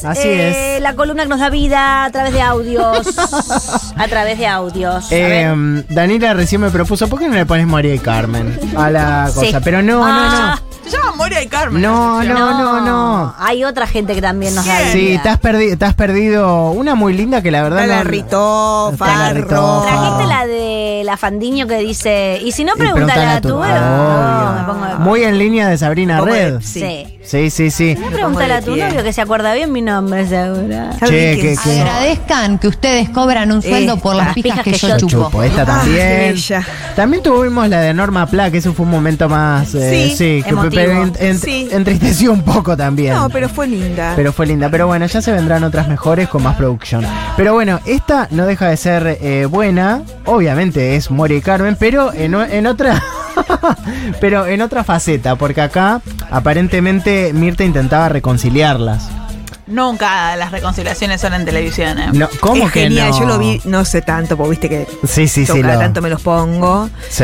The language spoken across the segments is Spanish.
Así es. La columna que nos da vida a través de audios. A través de audios. Daniela recién me propuso, ¿por qué no le pones Moria y Carmen a la cosa? Sí. Pero no. Se llama Moria y Carmen. No. Hay otra gente que también nos da vida. Sí, te has perdido una muy linda que la verdad La Rito, Farro. Trajiste la de la Fandiño que dice, y si no, pregúntale a tu obvio. me pongo de... Muy en línea de Sabrina Red. Sí. Sí. No, pregúntale a tu novio que se acuerda bien mi nombre, seguro. Che, que Agradezcan que ustedes cobran un sueldo por las pijas que yo chupo. Esta qué también. bella. También tuvimos la de Norma Pla, que eso fue un momento más. Que emotivo. Entristeció un poco también. No, pero fue linda. Pero bueno, ya se vendrán otras mejores con más producción. Pero bueno, esta no deja de ser buena. Obviamente es Moria y Carmen, pero en otra. Pero en otra faceta, porque acá aparentemente Mirta intentaba reconciliarlas. Nunca las reconciliaciones son en televisión. No, ¿cómo es que genial, no? yo lo vi, no sé tanto, porque viste que Sí, cada tanto me los pongo. Sí.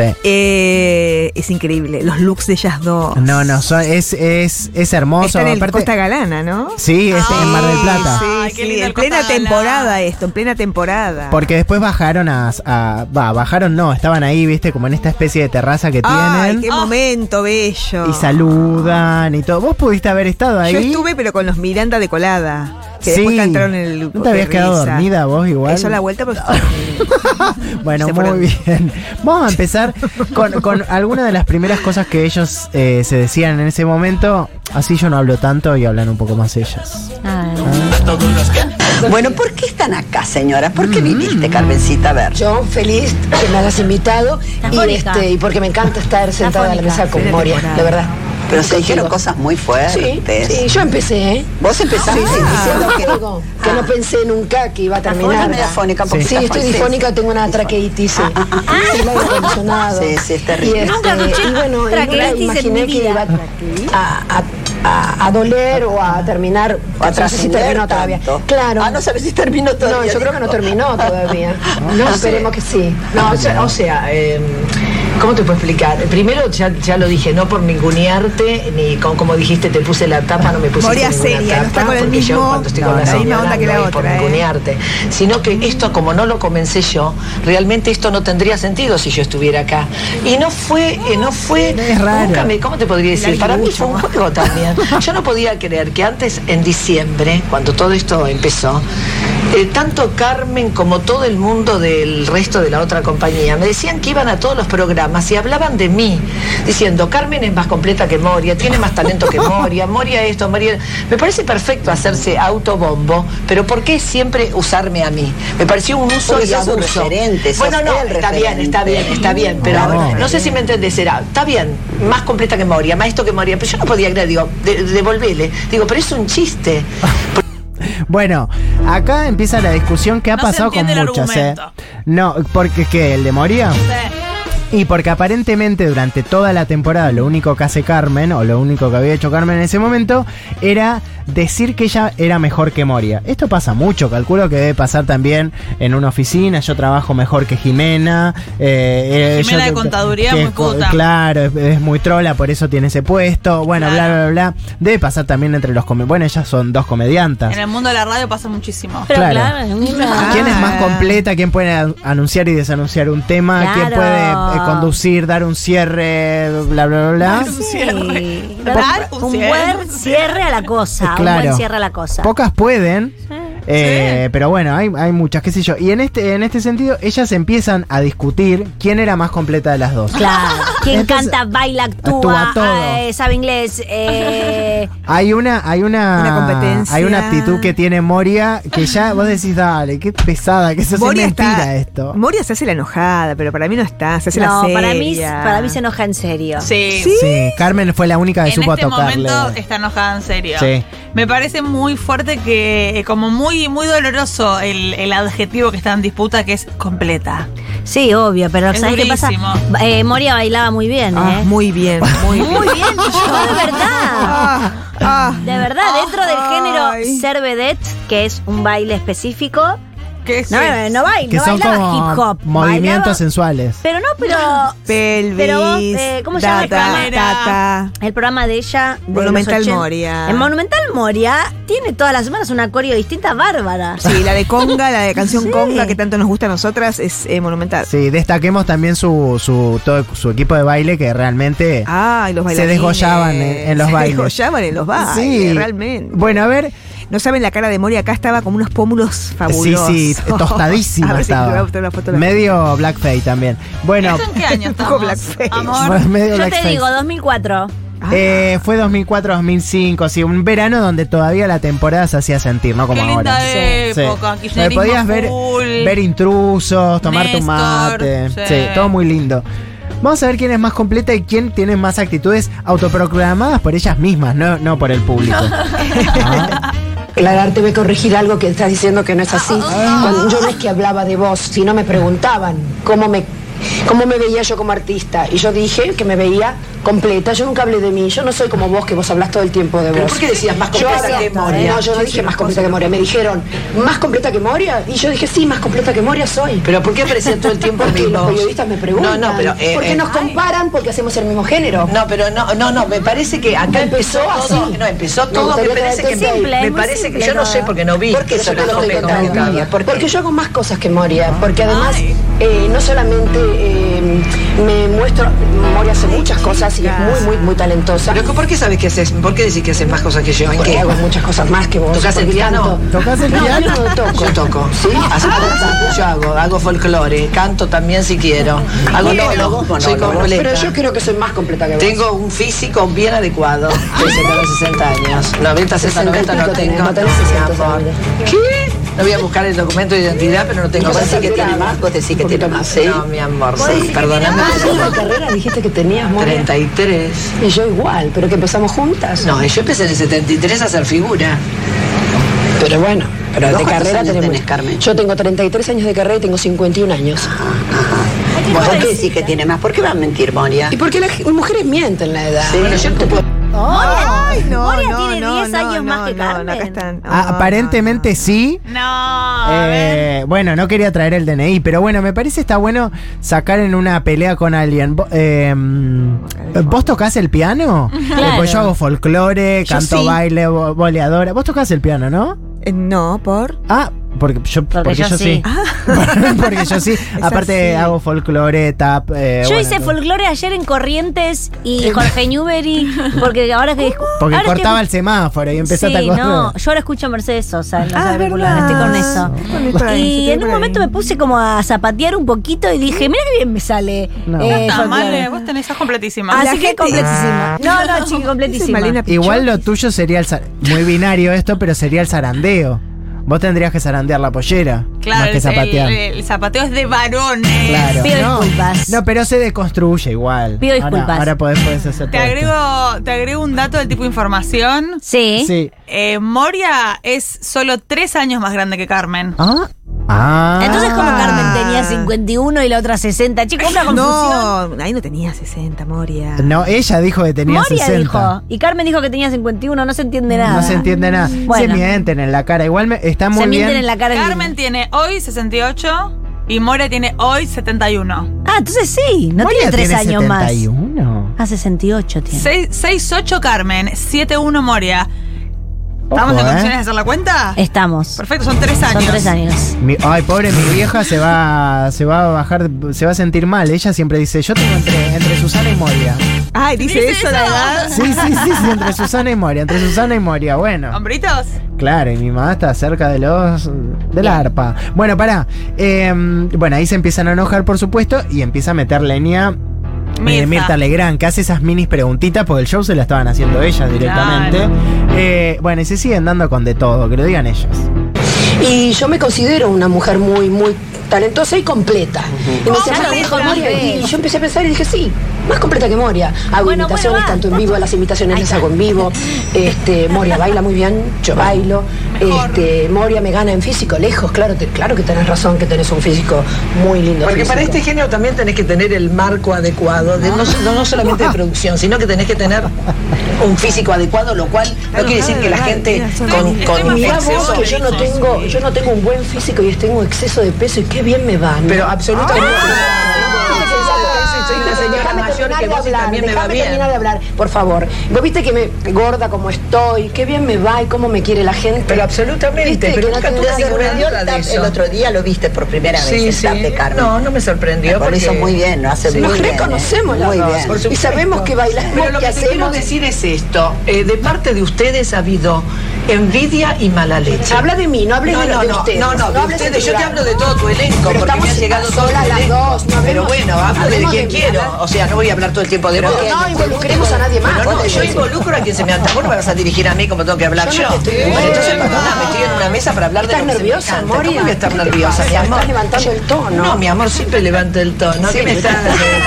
Es increíble, los looks de ellas dos. No, es hermoso. Está en aparte, Costa Galana, ¿no? Sí, en Mar del Plata. Sí, qué lindo en el plena Costa Galana. temporada esto, en plena temporada. Porque después bajaron estaban ahí, viste, como en esta especie de terraza que Ay, tienen. qué momento bello. Y saludan y todo. ¿Vos pudiste haber estado ahí? Yo estuve, pero con los Miranda de colada. Que después cantaron el ¿No te habías quedado dormida vos igual? Eso a la vuelta, pero... Bueno, Se muy fueron. bien. Vamos a empezar con algunas de las primeras cosas que ellos se decían en ese momento. Así yo no hablo tanto y hablan un poco más ellas. Bueno, ¿por qué están acá, señora? ¿Por qué viniste, Carmencita? A ver. Yo feliz que me hayas invitado y porque me encanta estar sentada a la mesa con Moria, de verdad. Pero se dijeron cosas muy fuertes. Sí, yo empecé, ¿eh? ¿Vos empezaste? Diciendo que no pensé nunca que iba a terminar. Difónica, porque Sí, estoy difónica, tengo una traqueitis, sí. El aire acondicionado. Sí, es terrible. Y bueno, nunca imaginé que iba a doler o a terminar. O a no sé si terminó todavía. tanto. Claro. No sabes si terminó todavía. No, yo creo que no terminó todavía. No, esperemos que sí. No, o sea, ¿cómo te puedo explicar? Primero, ya lo dije, no por ningunearte, ni como dijiste, te puse la tapa, no me puse Moria ninguna seria, tapa, no está con el porque mismo- yo cuando estoy con no, la la misma señora onda que la no es por otra, ningunearte, sino que esto, como no lo comencé yo, realmente esto no tendría sentido si yo estuviera acá. Y no fue, Es raro. ¿cómo te podría decir? Para mí fue un juego también. Yo no podía creer que antes, en diciembre, cuando todo esto empezó, tanto Carmen como todo el mundo del resto de la otra compañía me decían que iban a todos los programas y hablaban de mí, diciendo Carmen es más completa que Moria, tiene más talento que Moria, Moria esto, Moria... Me parece perfecto hacerse autobombo, pero ¿por qué siempre usarme a mí? Me pareció un uso Porque y sos un abuso. referente, sos Bueno, no, el está referente. bien, pero no sé si me entendés, está bien, más completa que Moria, más esto que Moria, pero yo no podía creer, digo, devolvele, digo, pero es un chiste. Bueno, acá empieza la discusión que ha No se pasado con entiende el muchas, argumento. No, porque ¿qué? ¿El de Moria? Y porque aparentemente durante toda la temporada lo único que hace Carmen, o lo único que había hecho Carmen en ese momento, era decir que ella era mejor que Moria. Esto pasa mucho, calculo que debe pasar también en una oficina. Yo trabajo mejor que Jimena. Jimena de contaduría que muy es puta. Claro, es muy trola, por eso tiene ese puesto. Bueno, Claro. bla. Debe pasar también entre los comediantes. Bueno, ellas son dos comediantas. En el mundo de la radio pasa muchísimo. Pero Claro. claro, es lo mismo. ¿Quién es más completa? ¿Quién puede anunciar y desanunciar un tema? Claro. ¿Quién puede conducir, dar un cierre, bla, bla, bla? Un cierre. Dar Un un cierre. buen cierre a la cosa. Claro. Un buen cierre a la cosa. Pocas pueden. Pero bueno, hay muchas, qué sé yo. Y en este sentido, ellas empiezan a discutir quién era más completa de las dos. Claro. ¿Quién Entonces, canta, baila, actúa actúa, todo. sabe inglés? Hay una competencia. hay una actitud que tiene Moria que ya vos decís, dale, qué pesada, que eso es mentira esto. Moria se hace la enojada, pero para mí no está, se hace la No, seria. para mí se enoja en serio. Sí. Sí, Carmen fue la única que En supo este tocarle. momento está enojada en serio. Sí. Me parece muy fuerte que, como muy, muy doloroso el adjetivo que está en disputa, que es completa. Sí, obvio, pero Es ¿sabes qué pasa? durísimo. Moria bailaba muy bien, Ah, ¿eh? muy bien, muy bien. Muy bien, yo de verdad. Ah, De verdad, dentro del género Ay. ser vedette, que es un baile específico, ¿Qué es? No baila, Que no son bailaba como hip hop. movimientos bailaba- sensuales. Pero no, Pelvis, pero vos, ¿cómo se llama el programa? tata. El programa de ella. De Monumental los 80. Moria. En Monumental Moria tiene todas las semanas una coreo distinta bárbara. Sí, la de Conga, la de canción Sí. Conga, que tanto nos gusta a nosotras, es monumental. Sí, destaquemos también todo su equipo de baile que realmente Ah, y los se bailarines. desgollaban en los bailes. Se desgollaban en los bailes, Sí. realmente. Bueno, a ver, No saben la cara de Moria, acá estaba como unos pómulos fabulosos. sí, tostadísima A ver si estaba. te voy a mostrar una foto de la- Medio blackface también. Bueno, ¿Esto en qué año Un poco estamos? blackface. Amor. medio Yo blackface. te digo, 2004. Fue 2004-2005, sí, un verano donde todavía la temporada se hacía sentir, ¿no? Como Qué linda ahora. época, Donde kirchnerismo podías ver full. intrusos, tomar tu Néstor, mate. sí. Sí, todo muy lindo. Vamos a ver quién es más completa y quién tiene más actitudes autoproclamadas por ellas mismas, no por el público. Ah, Aclarar, te voy a corregir algo que estás diciendo que no es así. Cuando yo no es que hablaba de vos, sino me preguntaban cómo me veía yo como artista. Y yo dije que me veía completa. Yo nunca hablé de mí. Yo no soy como vos, que vos hablas todo el tiempo de vos. ¿Pero por qué decías más Yo completa ahora- que Moria? No, yo no dije más completa que Moria. Me dijeron, ¿más completa que Moria? Y yo dije, sí, más completa que Moria soy. ¿Pero por qué aparecían todo el tiempo Porque mismos? los periodistas me preguntan. No, pero... porque nos comparan porque hacemos el mismo género. No, pero no, me parece que acá empezó todo. así. No, empezó Me todo. Me gustaría parece que traerte simple, me muy parece que simple yo no sé todo. porque no vi. Porque eso yo te lo no estoy me contando. comentaba. ¿Por qué? Porque yo hago más cosas que Moria. Porque además no solamente me muestro, Moria hace muchas cosas y es muy talentosa. Pero ¿por qué sabes que haces? ¿Por qué decís que haces más cosas que yo? ¿En Porque qué? hago muchas cosas más que vos. ¿Tocás el porque piano? canto. ¿Tocás el No, piano? yo no toco. Yo toco. ¿Sí? Yo hago folclore, canto también si quiero. Hago todo, soy completa. Pero yo creo que soy más completa que vos. Tengo un físico bien adecuado. Pese a los 60 años. 90, 60, 90 no tengo. No tenés 60 Mi amor. todavía. ¿Qué? No voy a buscar el documento de identidad, pero no tengo. Vos decís que tiene tiene más, vos decís que tiene más, ¿sí? No, mi amor, sí. Perdóname. ¿Cuántos de carrera dijiste que tenías, Moria? 33. Y yo igual, pero que empezamos juntas. No, yo empecé en el 73 a hacer figura. Pero bueno, pero ¿Vos de cuántos carrera años tenemos. tenés, Carmen? Yo tengo 33 años de carrera y tengo 51 años. ¿Por qué decís que tiene más? ¿Por qué va a mentir, Moria? ¿Y por qué las mujeres mienten la edad? Bueno, yo te puedo... Ay, no, Moria no, tiene no, 10 no, años más que no, Carmen. acá están. Aparentemente sí. No, a ver. Bueno, no quería traer el DNI, pero bueno, me parece está bueno sacar en una pelea con alguien. ¿Vos tocás el piano? Claro. Pues yo hago folclore, Yo canto sí. baile, boleadora. ¿Vos tocás el piano, no? No, por. Ah, porque yo sí. Porque yo sí. Aparte así. hago folclore, tap. Yo hice folclore ayer en Corrientes y Jorge Newbery, porque ahora que. Porque ahora cortaba que, el semáforo y empezaste sí, a correr. no, yo ahora escucho a Mercedes Sosa en los Ah, auriculares, ¿verdad? estoy con eso. Y en un momento me puse como a zapatear un poquito y dije, mira qué bien me sale. No. No está mal, folclore. vos tenés esa completísima. Así que completísima. No, chiqui, completísima. Malena Igual lo tuyo sería muy binario esto, pero sería el zarandeo. Vos tendrías que zarandear la pollera. más Claro, que zapatear. el zapateo es de varones. Claro. Pido no, disculpas. No, pero se deconstruye igual. Pido disculpas. Ahora podés hacer Te todo esto. agrego un dato del tipo de información. Sí. Sí. Moria es solo 3 años más grande que Carmen. Ah. Entonces, como Carmen tenía 51 y la otra 60, chicos, una confusión. No, ahí no tenía 60, Moria. No, ella dijo que tenía Moria 60. dijo. Y Carmen dijo que tenía 51, no se entiende nada. No se entiende nada. Bueno. Se mienten en la cara. Igual está muy Se bien. mienten en la cara. Carmen tiene hoy 68 y Moria tiene hoy 71. Ah, entonces sí, no Moria tiene 3 tiene años 71. más. Ah, 68 tiene. 6'8 Carmen, 7'1 Moria. ¿Estamos Ojo, en condiciones de hacer la cuenta? Estamos. Perfecto, son 3 años. Son 3 años. Ay, pobre, mi vieja se va a bajar, se va a sentir mal. Ella siempre dice, yo tengo entre Susana y Moria. Ay, dice eso la edad. Sí, entre Susana y Moria, bueno. ¿Hombritos? Claro, y mi mamá está cerca de la arpa. Bueno, pará. Bueno, ahí se empiezan a enojar, por supuesto, y empieza a meter leña Mirta Legrand, que hace esas minis preguntitas, porque el show se la estaban haciendo ellas directamente. Bueno, y se siguen dando con de todo, que lo digan ellas. Y yo me considero una mujer muy talentosa y completa. Y me decía, Ya lo "Más dijo que Moria". Moria. Y yo empecé a pensar y dije, sí, más completa que Moria. Hago Bueno, imitaciones va. tanto en vivo, las imitaciones las hago en vivo. Moria baila muy bien, yo bailo. Mejor. Moria me gana en físico, lejos, claro que tenés razón, que tenés un físico muy lindo. Porque físico. para este género también tenés que tener el marco adecuado, no solamente de producción, sino que tenés que tener un físico adecuado, lo cual no quiere decir que la gente con Mirá vos exceso que yo no tengo un buen físico y tengo exceso de peso y qué bien me va, ¿no? pero absolutamente soy una señora Déjame mayor terminar que de vos y hablar, también me va déjame bien. terminar de hablar, por favor. Vos viste que me gorda como estoy, qué bien me va y cómo me quiere la gente. Pero absolutamente, ¿Viste? pero Que nunca no tuve tenés ninguna ninguna duda de eso. El otro día lo viste por primera vez, Sí, el sí. tap de Carmen. No me sorprendió. Por eso porque- muy bien, lo hace Sí. muy Nos bien. reconocemos las Muy dos. bien. Por Y supuesto. sabemos que bailamos, Pero lo que te quiero hacemos. decir es esto. De parte de ustedes ha habido envidia y mala leche. Habla de mí, no hables de ustedes. No, de hables de ustedes. Yo te plural. hablo de todo tu elenco, Pero porque me estamos han llegado solas todos tu las elenco. dos, no Pero hablemos- bueno, hablo de hablemos quien de- quiero. O sea, no voy a hablar todo el tiempo de vos. No involucremos a nadie más. Pero no, Vos yo decís. involucro a quien se me antoja. Vos no me vas a dirigir a mí como tengo que hablar Yo yo. no te estoy Bueno, entonces, diciendo perdóname, nada. estoy en una mesa para hablar de ¿Estás lo que se me nerviosa, encanta. Moria? ¿Cómo que estás nerviosa, mi Estás amor? levantando el tono. No, mi amor, siempre levanto el tono. ¿Qué me estás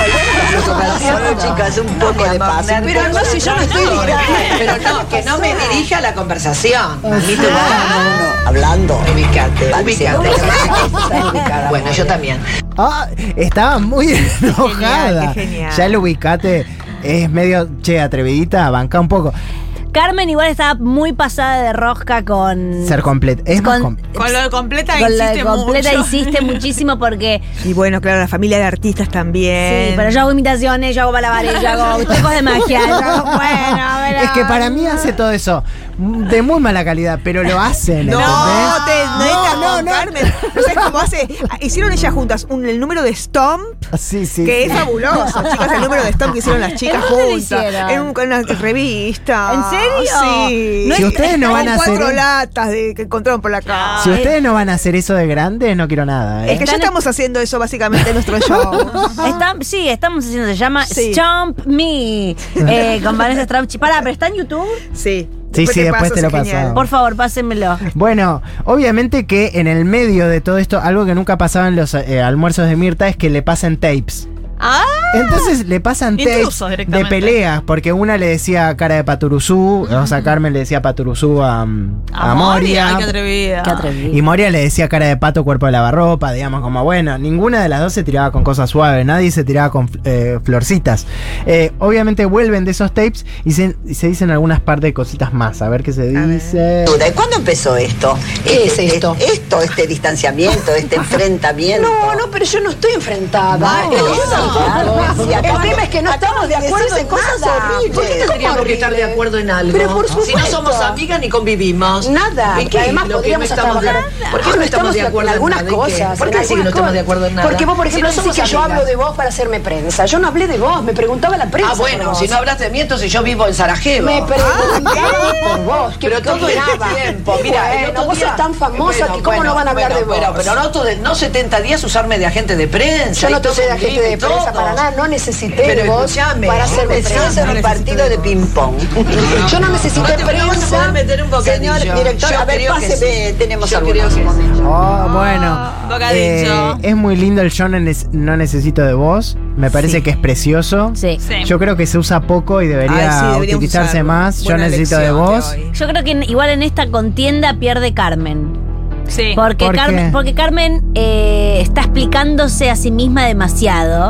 Solo, chicas, un poco de paz. Pero no, si yo no estoy pero no, que no me dirija la conversación. Mamita, Hablando. ubicate. Ubicada. Bueno, yo también. Estaba muy enojada. qué genial. Ya lo ubicate. Es medio, atrevidita, banca un poco. Carmen igual estaba muy pasada de rosca con... Ser completa. Es más con, Con lo de completa con lo de insiste completa mucho. insiste muchísimo porque... Y bueno, claro, la familia de artistas también. Sí, pero yo hago imitaciones, yo hago malabares, yo hago trucos de magia. Yo hago, bueno, pero... Es que para mí hace todo eso de muy mala calidad, pero lo hacen. No, ¿entendés? no, Carmen. No sabes cómo hace. Hicieron ellas juntas el número de Stomp, Sí, sí. que sí. es fabuloso. Chicas, el número de Stomp que hicieron las chicas ¿En dónde lo juntas. hicieron? En una revista. ¿En serio? Sí. No Si ustedes no van a hacer. 4 latas que encontraron por la casa. Si ustedes no van a hacer eso de grandes, no quiero nada. Es que ya Están- estamos haciendo eso básicamente en nuestro show. Sí, estamos haciendo, se llama Sí. Stomp Me, con Vanessa Strauch. Pará, ¿pero está en YouTube? Sí. Sí, después te lo es genial. pasamos. Por favor, pásenmelo. Bueno, obviamente que en el medio de todo esto, algo que nunca pasaba en los almuerzos de Mirta es que le pasen tapes. Ah, Entonces le pasan tapes Intrusos de directamente. peleas, porque una le decía cara de Paturuzú, o sea, Carmen le decía Paturuzú a Moria. Ay, qué atrevida. Qué atrevido. Y Moria le decía cara de pato, cuerpo de lavarropa, digamos, como bueno, ninguna de las dos se tiraba con cosas suaves, nadie se tiraba con florcitas. Obviamente vuelven de esos tapes y se dicen algunas par de cositas más, a ver qué se dice. ¿Y cuándo empezó esto? ¿Qué es esto? Este distanciamiento, este enfrentamiento. No, pero yo no estoy enfrentada. El tema es que no estamos de acuerdo en cosas nada. horribles. ¿Por qué tendríamos que estar de acuerdo en algo? Pero por Si no supuesto. somos amigas ni convivimos. Nada. ¿En qué? Además, Lo que no podríamos estamos de- trabajar. ¿Por qué no estamos de acuerdo en algunas nada? ¿En qué? cosas? ¿Por qué en decir que no algunas estamos de cosas? acuerdo en nada? Porque vos, por Si ejemplo, no somos decís que yo amigas. hablo de vos para hacerme prensa. Yo no hablé de vos, me preguntaba la prensa. Ah, bueno, por si vos. no hablaste de mí, entonces yo vivo en Sarajevo. Me preguntaban por vos. ¿Qué Pero todo el opinaba? tiempo. Mira, el Bueno, otro vos día- sos tan famosa que cómo no van a hablar de vos. Pero no 70 días usarme de agente de prensa. Yo no y te todo soy de un agente lío y de prensa todo. para nada, no necesité Pero de vos escúchame, para hacerme Estás prensa. en un partido de ping-pong. Yo no necesité No te vas a prensa. poder meter un bocadillo. Señor director, Yo a ver, creo que páseme, sí. tenemos Yo algunos. creo que sí. Oh, bueno. Bocadillo. Es muy lindo el yo no necesito de vos. Me parece Sí. que es precioso. Sí. Sí. Yo creo que se usa poco y debería Ay, sí, debería utilizarse usarlo. más. Yo Buena necesito de lección vos. hoy. Yo creo que igual en esta contienda pierde Carmen. Sí. Porque, ¿Por qué? Porque Carmen está explicándose a sí misma demasiado.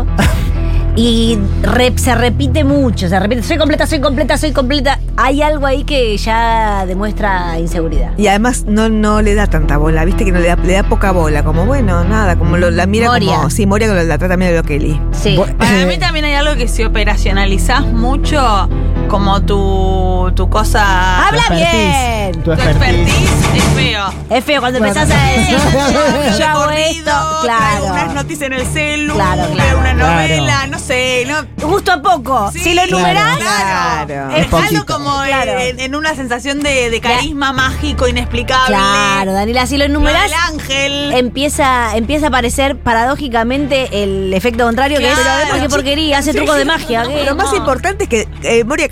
Y se repite mucho, se repite, soy completa, soy completa, soy completa. Hay algo ahí que ya demuestra inseguridad. Y además no le da tanta bola, viste que no le da poca bola, como bueno, nada, como la mira Moria. como, sí, Moria que la trata medio de lo Kelly. Sí. Para mí también hay algo que si operacionalizás mucho, como tu cosa... ¡Habla Tu expertise. bien! Tu Tu expertise es feo. Es feo cuando empezás a decir, yo hago Recorrido, esto, traigo unas claro. noticias en el celu, Claro, veo claro. una Claro. novela, no sé, no... Gusto a poco. Sí, Si lo enumerás, Claro. Es poquito. algo como Claro. en una sensación de carisma mágico, inexplicable. claro, Daniela, si lo Lo enumerás, del ángel. empieza a aparecer paradójicamente el efecto contrario, que Claro. es qué porquería, hace trucos de magia. ¿qué? Lo más No. importante es que Moria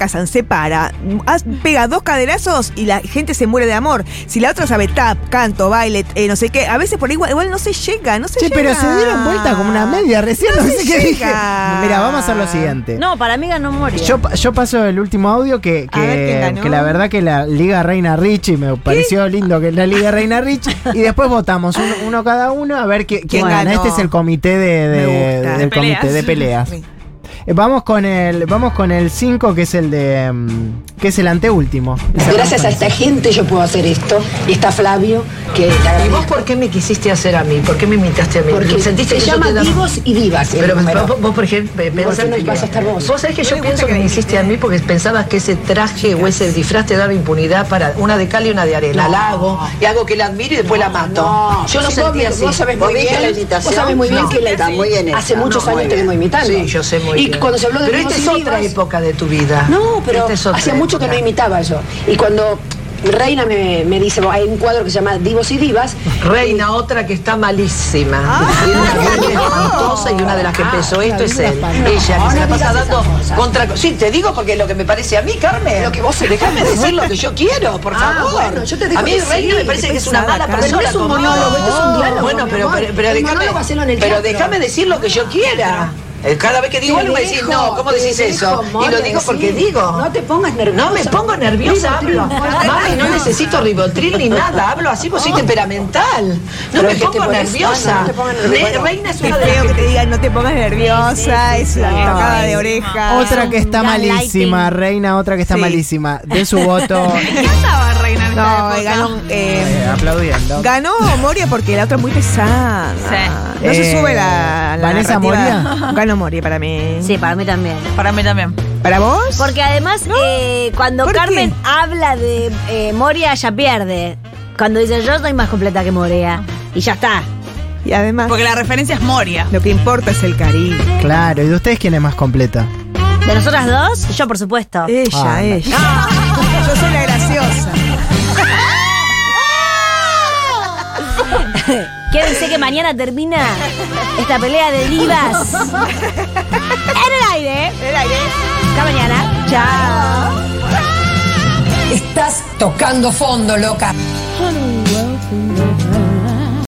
casan, se para, pega 2 caderazos y la gente se muere de amor. Si la otra sabe tap, canto, baile, no sé qué, a veces por igual no se llega, no se llega. Pero se dieron vuelta como una media recién, no sé qué dije. Mira, vamos a hacer lo siguiente. No, para mí ganó Moria. Yo paso el último audio que la verdad que la Liga Reina Rich, y me pareció lindo que la Liga Reina Rich, y después votamos uno cada uno a ver quién gana. Este es el comité del comité de peleas. Sí. Vamos con el 5, que es el de que es el anteúltimo. Gracias a esta gente yo puedo hacer esto. Y está Flavio, que ¿Y vos por qué me quisiste hacer a mí? ¿Por qué me imitaste a mí? Porque ¿Sentiste se llama Divos y Divas. Pero vos, por ejemplo, pensás no vas a estar vos. Vos sabés que yo pienso que me hiciste a mí porque pensabas que ese traje o ese disfraz te daba impunidad para una de cal y una de arena. La hago y hago que la admiro y después la mato. Yo lo sentí así. Vos sabés muy bien que hace muchos años te vengo imitando. Sí, yo sé muy bien. Y cuando se habló de pero esta es otra época de tu vida. No, pero hacía mucho que no imitaba yo. Y cuando Reina me dice, hay un cuadro que se llama Divos y Divas. Reina, otra que está malísima. Tiene una cara espantosa y una de las que empezó esto es él. Ella, que se la pasa dando contra... Sí, te digo porque lo que me parece a mí, Carmen. Lo que vos déjame decir lo que yo quiero, por favor. Bueno, yo te dejo a mí Reina me parece que es una mala persona. Pero es un monólogo, esto es un diálogo. Bueno, pero déjame decir lo que yo quiera. Cada vez que digo algo me decís, no, ¿cómo decís eso? Y lo digo porque digo. No te pongas nerviosa. No me pongo nerviosa, hablo. Mami, no necesito ribotril ni nada, hablo así, vos soy temperamental. No me pongo nerviosa. Reina es una de las que te digan, no te pongas nerviosa, es una tocada de oreja. Otra que está malísima, Reina, otra que está malísima. De su voto. ¿Qué estaba Reina? No, ganó. Aplaudiendo. Ganó Moria porque la otra es muy pesada. Sí. No se sube la ¿Vanessa Moria? Ganó Moria para mí. Sí, para mí también. Para mí también. ¿Para vos? Porque además, cuando Carmen habla de Moria, ella pierde. Cuando dice yo soy más completa que Moria. Y ya está. Y además. Porque la referencia es Moria. Lo que importa es el cariño. Claro, ¿y de ustedes quién es más completa? ¿De nosotras dos? Yo, por supuesto. Ella. Yo soy la graciosa. Quédense que mañana termina esta pelea de divas. En el aire. Hasta mañana. Chao. Estás tocando fondo, loca.